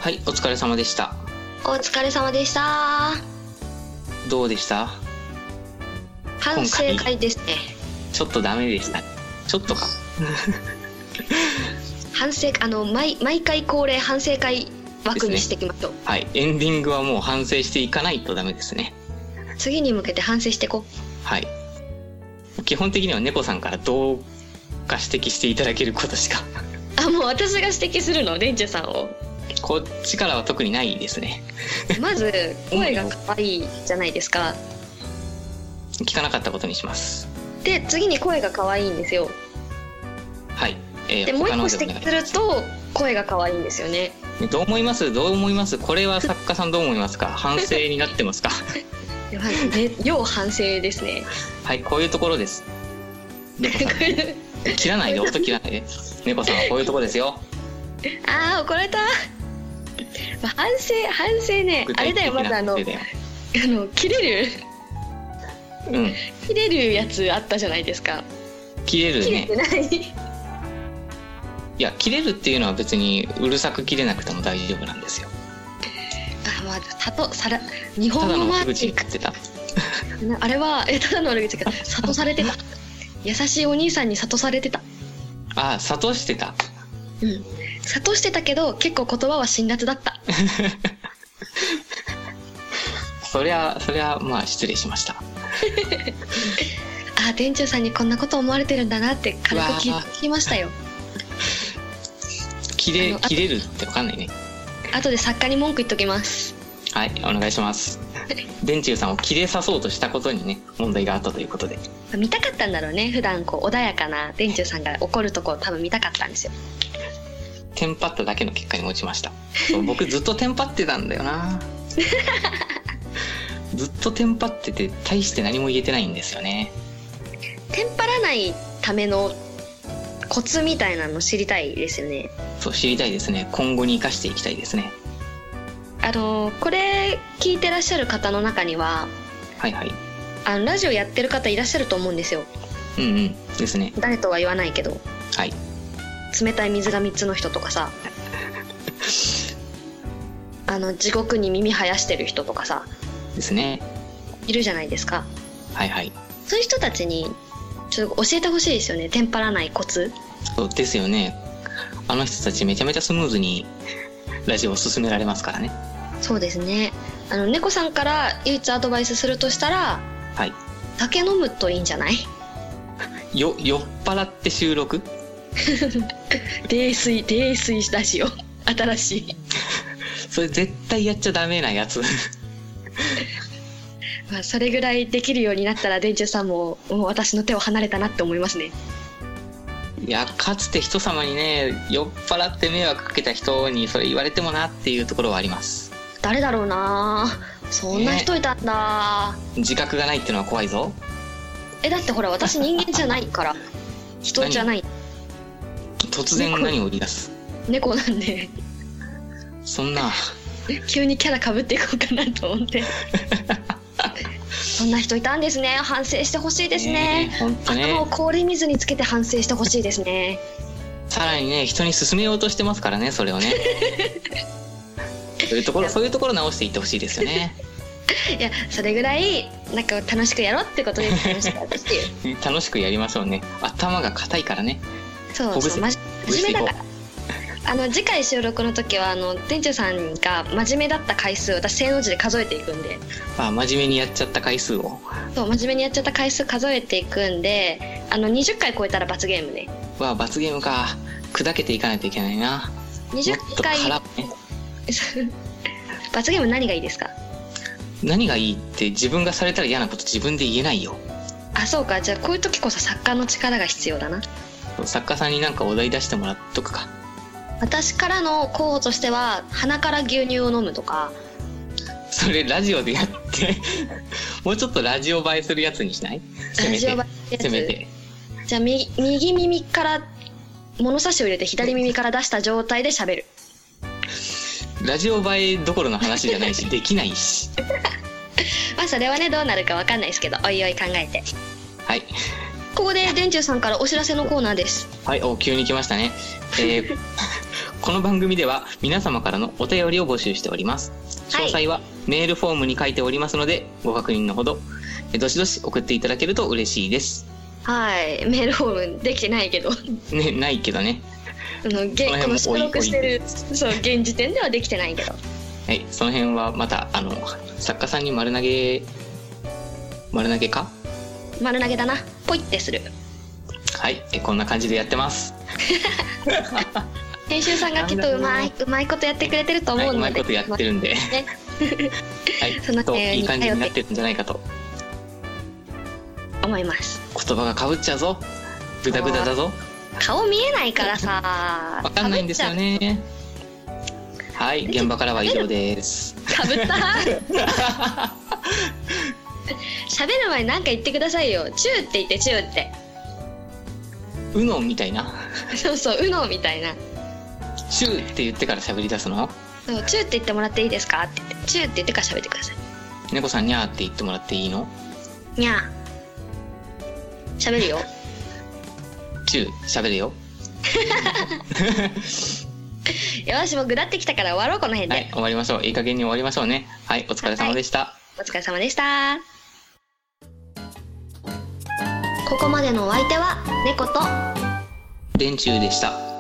はい、お疲れ様でした。 お疲れ様でした。 どうでした？ 反省会ですね。 ちょっとダメでした。ちょっとか。 反省毎回恒例反省会枠にしていきましょう、ね。 はい、エンディングはもう反省していかないとダメですね。 次に向けて反省していこう。はい。基本的には猫さんからどうか指摘していただけることしか。 もう私が指摘するの、レンチェさんを。 こっちからは特にないですね。 まず声が可愛いじゃないですか。 聞かなかったことにします。 で次に声が可愛いんですよ。 はい。 でもう一個指摘すると声が可愛いんですよね。 どう思います？これは作家さんどう思いますか？反省になってますか？ 要反省ですね。 はい、こういうところです。切らないで、音切らないで。猫さんはこういうところですよ。 怒られた。反省ね。あれだよ、まだ切れる。切れるやつあったじゃないですか。 切れるね。 切れてない。 いや、切れるっていうのは別にうるさく切れなくても大丈夫なんですよ。 日本語マーチってた。 あれはただの悪口が諭されてた。優しいお兄さんに諭されてた。 諭してた。 諭してたけど結構言葉は辛辣だった。 そりゃまあ失礼しました。 店長さんにこんなこと思われてるんだなって軽く聞きましたよ。 切れるって分かんないね。 後で作家に文句言っときます。 はい、お願いします。電柱さんを切れさそうとしたことにね、問題があったということで。 見たかったんだろうね。普段穏やかな電柱さんが怒るところ多分見たかったんですよ。 テンパっただけの結果に落ちました。僕ずっとテンパってたんだよな。ずっとテンパってて大して何も言えてないんですよね。 テンパらないためのコツみたいなの知りたいですよね。 そう、知りたいですね。今後に生かしていきたいですね。 これ聞いてらっしゃる方の中には、 はいはい、 ラジオやってる方いらっしゃると思うんですよ。 ですね。 誰とは言わないけど、 はい、 冷たい水が3つの人とかさ地獄に耳生やしてる人とかさですね、 いるじゃないですか。 はいはい。 そういう人たちにちょっと教えてほしいですよね。テンパらないコツ。 そうですよね。あの人たちめちゃめちゃスムーズにラジオを進められますからね。 そうですね。猫さんから唯一アドバイスするとしたら、 はい、 酒飲むといいんじゃない？ 酔っ払って収録？ 泥酔ラジオ新しい。 それ絶対やっちゃダメなやつ。 それぐらいできるようになったら電柱さんもう私の手を離れたなって思いますね。 いや、かつて人様にね、酔っ払って迷惑かけた人にそれ言われてもなっていうところはあります。 誰だろうな。そんな人いたんだ、 自覚がないってのは怖いぞ。 だってほら、私人間じゃないから人じゃない。 突然何を言い出す？ 猫なんで。そんな急にキャラ被っていこうかなと思って。そんな人いたんですね。反省してほしいですね。頭を氷水につけて反省してほしいですね。 さらにね、人に勧めようとしてますからね、それをね。そういうところ直していってほしいですよね。 いや、それぐらいなんか楽しくやろうってことですね。 楽しくやりましょうね。頭が硬いからね。 そう、真面目だから。次回収録の時は店長さんが真面目だった回数、私正の字で数えていくんで。 真面目にやっちゃった回数を。 そう、真面目にやっちゃった回数数えていくんで、20回超えたら罰ゲームね。 罰ゲームか。砕けていかないといけないな。 20回。罰ゲーム何がいいですか？ 何がいいって自分がされたら嫌なこと自分で言えないよ。 そうか。じゃあこういう時こそ作家の力が必要だな。 作家さんになんかお題出してもらっとくか。 私からの候補としては、鼻から牛乳を飲むとか。 それラジオでやってもうちょっとラジオ映えするやつにしない？せめて。じゃあ右耳から物差しを入れて左耳から出した状態で喋る。 ラジオ映えどころの話じゃないしできないし。 それはね、どうなるか分かんないですけど、おいおい考えて。 はい、 ここで電柱さんからお知らせのコーナーです。 はい、急に来ましたね。 この番組では皆様からのお便りを募集しております。詳細はメールフォームに書いておりますので、ご確認のほどどしどし送っていただけると嬉しいです。 はい、メールフォームできてないけどね、ないけどね。 この収録してるそう現時点ではできてないけど、 はい、その辺はまた作家さんに丸投げか丸投げだな、ポイってする。 はい、こんな感じでやってます編集さんがきっとうまいことやってくれてると思うので、 うまいことやってるんで、ねはい、そのいい感じになってるんじゃないかと思います。 言葉がかぶっちゃうぞ、グダグダだぞ。 顔見えないからさわかんないんですよね。はい、現場からは以上です。 かぶった喋る前に何か言ってくださいよ。チューって言って、チューって。 うのみたいな。 そうそう、うのみたいな。 チューって言ってから喋り出すの？ そう、チューって言ってもらっていいですかって言って、チューって言ってから喋ってください。 猫さんにゃーって言ってもらっていいの？ にゃー。喋るよ。 チュー、喋るよ。 よし、もうぐだってきたから終わろう、この辺で。 はい、終わりましょう。いい加減に終わりましょうね。はい、お疲れ様でした。はい、 お疲れ様でした。ここまでのお相手は猫と電柱でした。